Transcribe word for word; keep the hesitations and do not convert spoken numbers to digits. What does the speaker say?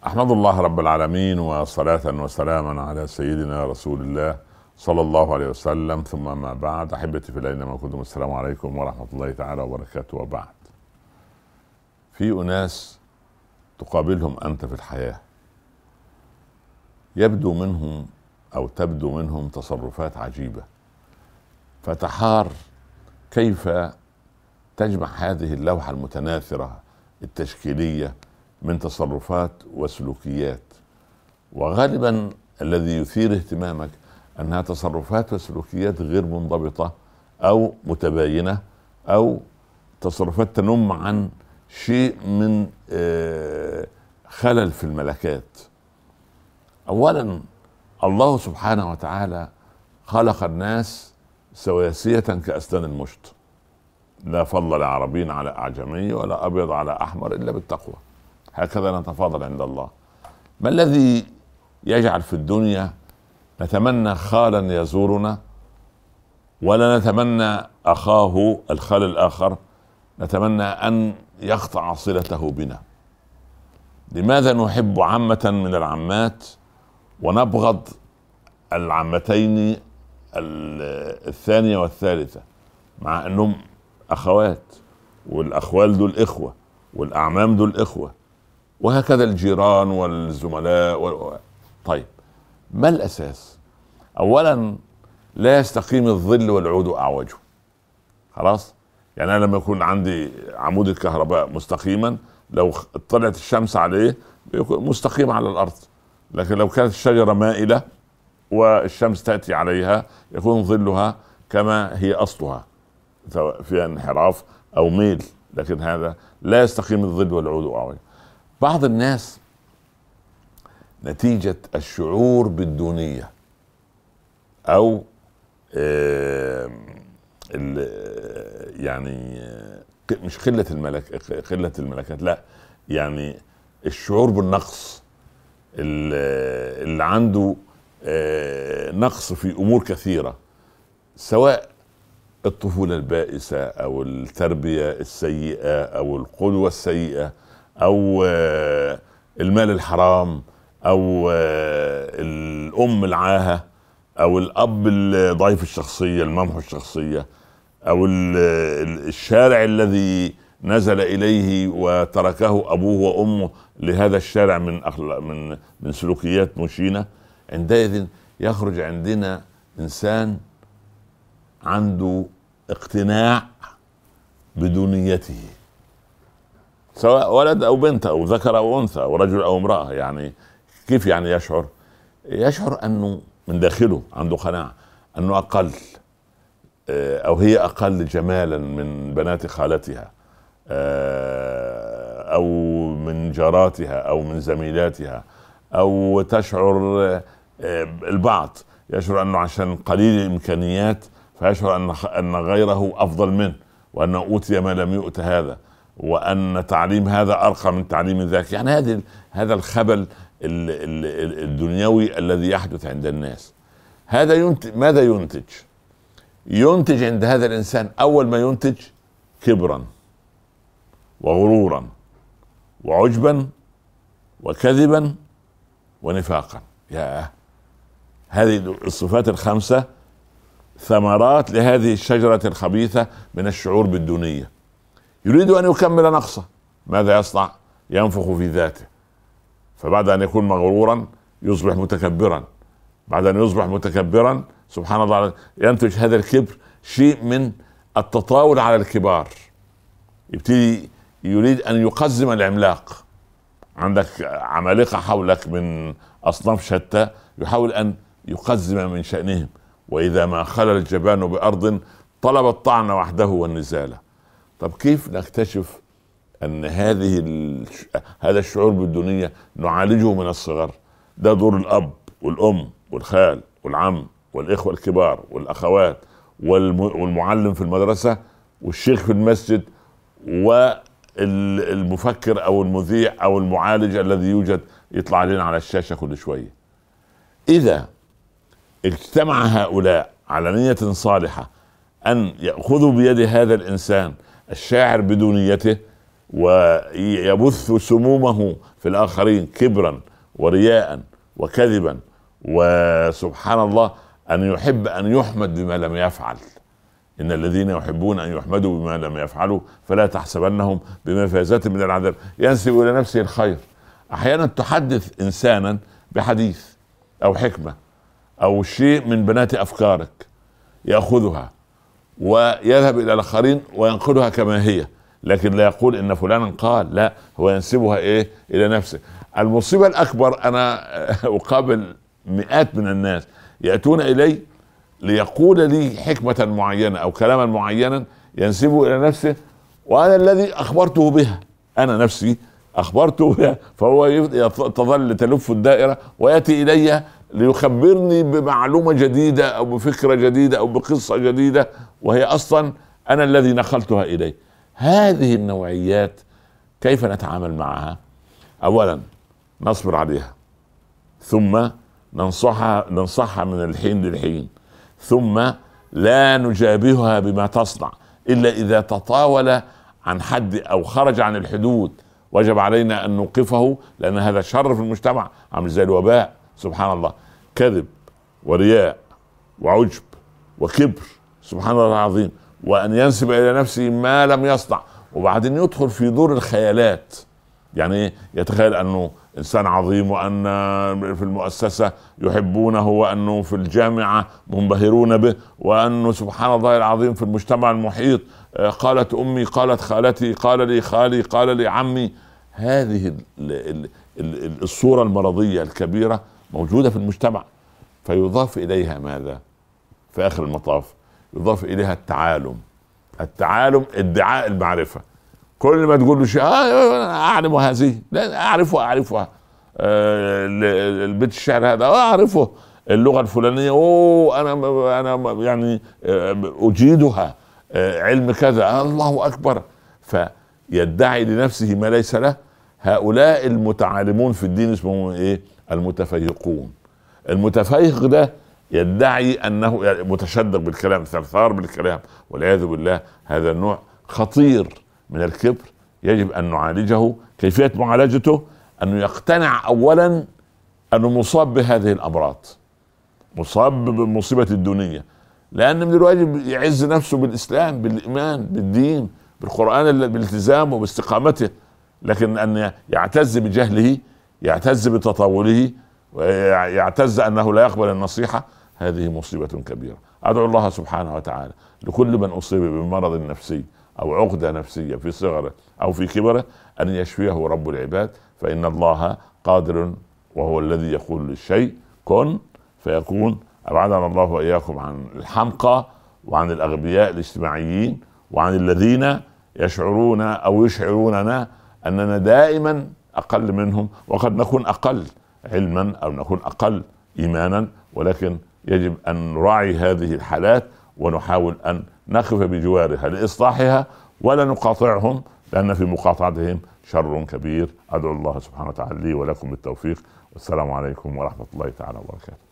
أحمد الله رب العالمين، وصلاة وسلاما على سيدنا رسول الله صلى الله عليه وسلم، ثم ما بعد. أحبتي في الله أينما كنتم، السلام عليكم ورحمة الله تعالى وبركاته. وبعد، في أناس تقابلهم أنت في الحياة يبدو منهم أو تبدو منهم تصرفات عجيبة، فتحار كيف تجمع هذه اللوحة المتناثرة التشكيلية من تصرفات وسلوكيات، وغالبا الذي يثير اهتمامك أنها تصرفات وسلوكيات غير منضبطة أو متباينة، أو تصرفات تنم عن شيء من خلل في الملكات. أولا، الله سبحانه وتعالى خلق الناس سواسية كأسنان المشط، لا فضل عربي على أعجمي ولا أبيض على أحمر إلا بالتقوى، هكذا نتفاضل عند الله. ما الذي يجعل في الدنيا نتمنى خالا يزورنا ولا نتمنى أخاه الخال الآخر نتمنى أن يقطع صلته بنا؟ لماذا نحب عمة من العمات ونبغض العمتين الثانية والثالثة، مع أنهم أخوات، والأخوال دول إخوة، والأعمام دول إخوة، وهكذا الجيران والزملاء و... طيب، ما الأساس؟ أولا، لا يستقيم الظل والعود أعوجه. خلاص، يعني أنا لما يكون عندي عمود الكهرباء مستقيما، لو طلعت الشمس عليه بيكون مستقيم على الأرض، لكن لو كانت الشجرة مائلة والشمس تأتي عليها يكون ظلها كما هي أصلها، سواء فيها انحراف أو ميل، لكن هذا لا يستقيم الظل والعود أعوجه. بعض الناس نتيجة الشعور بالدونية أو آه يعني مش قلة الملك قلة الملكات، لا، يعني الشعور بالنقص، اللي عنده آه نقص في أمور كثيرة، سواء الطفولة البائسة أو التربية السيئة أو القدوة السيئة أو المال الحرام أو الأم العاهة أو الأب الضعيف الشخصية الممحو الشخصية أو الشارع الذي نزل إليه وتركه أبوه وأمه لهذا الشارع من أخلاق من من سلوكيات مشينة. عندئذ يخرج عندنا إنسان عنده اقتناع بدونيته، سواء ولد أو بنت أو ذكر أو أنثى أو رجل أو امرأة. يعني كيف يعني يشعر؟ يشعر أنه من داخله عنده قناعة أنه أقل، أو هي أقل جمالا من بنات خالتها أو من جاراتها أو من زميلاتها، أو تشعر البعض يشعر أنه عشان قليل الإمكانيات فيشعر أن أن غيره أفضل منه، وأنه أوتي ما لم يؤت هذا، وأن تعليم هذا أرقى من تعليم ذاك. يعني هذا هذا الخبل الدنيوي الذي يحدث عند الناس. هذا ينتج ماذا؟ ينتج ينتج عند هذا الإنسان أول ما ينتج كبرا وغرورا وعجبا وكذبا ونفاقا. يا هذه الصفات الخمسة ثمرات لهذه الشجرة الخبيثة من الشعور بالدونية. يريد أن يكمل نقصه، ماذا يصنع؟ ينفخ في ذاته، فبعد أن يكون مغرورا يصبح متكبرا، بعد أن يصبح متكبرا سبحان الله ينتج هذا الكبر شيء من التطاول على الكبار، يبتدي يريد أن يقزم العملاق. عندك عمالقة حولك من أصناف شتى، يحاول أن يقزم من شأنهم، وإذا ما خلل الجبان بأرض طلب الطعن وحده والنزالة. طب كيف نكتشف أن هذه هذا الشعور بالدونية نعالجه من الصغر؟ ده دور الأب والأم والخال والعم والإخوة الكبار والأخوات والمعلم في المدرسة والشيخ في المسجد والمفكر أو المذيع أو المعالج الذي يوجد يطلع علينا على الشاشة كل شوية. إذا اجتمع هؤلاء على نية صالحة أن يأخذوا بيد هذا الإنسان الشاعر بدونيته ويبث سمومه في الآخرين كبرا ورياء وكذبا، وسبحان الله أن يحب أن يحمد بما لم يفعل. إن الذين يحبون أن يحمدوا بما لم يفعلوا فلا تحسبنهم بمفازة من العذاب. ينسب إلى نفسه الخير. أحيانا تحدث إنسانا بحديث أو حكمة أو شيء من بنات أفكارك، يأخذها ويذهب إلى الآخرين وينقلها كما هي، لكن لا يقول إن فلانا قال، لا، هو ينسبها إيه إلى نفسه. المصيبة الأكبر، أنا أقابل مئات من الناس يأتون إلي ليقول لي حكمة معينة أو كلاما معينا ينسبه إلى نفسه، وأنا الذي أخبرته بها، أنا نفسي أخبرته بها، فهو تظل تلف الدائرة ويأتي إلي ليخبرني بمعلومة جديدة أو بفكرة جديدة أو بقصة جديدة، وهي أصلا أنا الذي نقلتها إليه. هذه النوعيات كيف نتعامل معها؟ أولا نصبر عليها، ثم ننصحها ننصحها من الحين للحين، ثم لا نجابهها بما تصنع إلا إذا تطاول عن حد أو خرج عن الحدود، وجب علينا أن نوقفه، لأن هذا شر في المجتمع، عامل زي الوباء. سبحان الله، كذب ورياء وعجب وكبر، سبحان الله العظيم، وأن ينسب إلى نفسه ما لم يصنع، وبعدين يدخل في دور الخيالات. يعني يتخيل أنه إنسان عظيم، وأن في المؤسسة يحبونه، وأنه في الجامعة منبهرون به، وأنه سبحان الله العظيم في المجتمع المحيط قالت أمي، قالت خالتي، قال لي خالي، قال لي عمي. هذه الصورة المرضية الكبيرة موجودة في المجتمع، فيضاف إليها ماذا؟ في آخر المطاف يضاف إليها التعالم. التعالم ادعاء المعرفة. كل ما تقول له شيء آه أعلم هذه، لا أعرفها أعرفها آه البيت الشعر هذا أعرفه، اللغة الفلانية أوه أنا أنا يعني أجيدها، آه علم كذا، الله أكبر. فيدعي لنفسه ما ليس له. هؤلاء المتعالمون في الدين اسمهم إيه؟ المتفيقون. المتفيق ده يدعي أنه متشدق بالكلام، ثرثار بالكلام، والعياذ بالله. هذا النوع خطير من الكبر، يجب أن نعالجه. كيفية معالجته؟ أنه يقتنع أولا أنه مصاب بهذه الأمراض، مصاب بمصيبة الدنيا، لأن من الواجب يعز نفسه بالإسلام، بالإيمان، بالدين، بالقرآن، بالالتزام وباستقامته. لكن أن يعتز بجهله، يعتز بتطاوله، ويعتز أنه لا يقبل النصيحة، هذه مصيبة كبيرة. أدعو الله سبحانه وتعالى لكل من أصيب بمرض نفسي أو عقدة نفسية في صغره أو في كبره أن يشفيه رب العباد، فإن الله قادر، وهو الذي يقول للشيء كن فيكون. أبعدنا الله وإياكم عن الحمقى وعن الأغبياء الاجتماعيين وعن الذين يشعرون أو يشعروننا أننا دائما أقل منهم، وقد نكون أقل علما أو نكون أقل إيمانا، ولكن يجب أن نراعي هذه الحالات ونحاول أن نقف بجوارها لإصلاحها، ولا نقاطعهم، لأن في مقاطعتهم شر كبير. أدعو الله سبحانه وتعالى لي ولكم بالتوفيق، والسلام عليكم ورحمة الله تعالى وبركاته.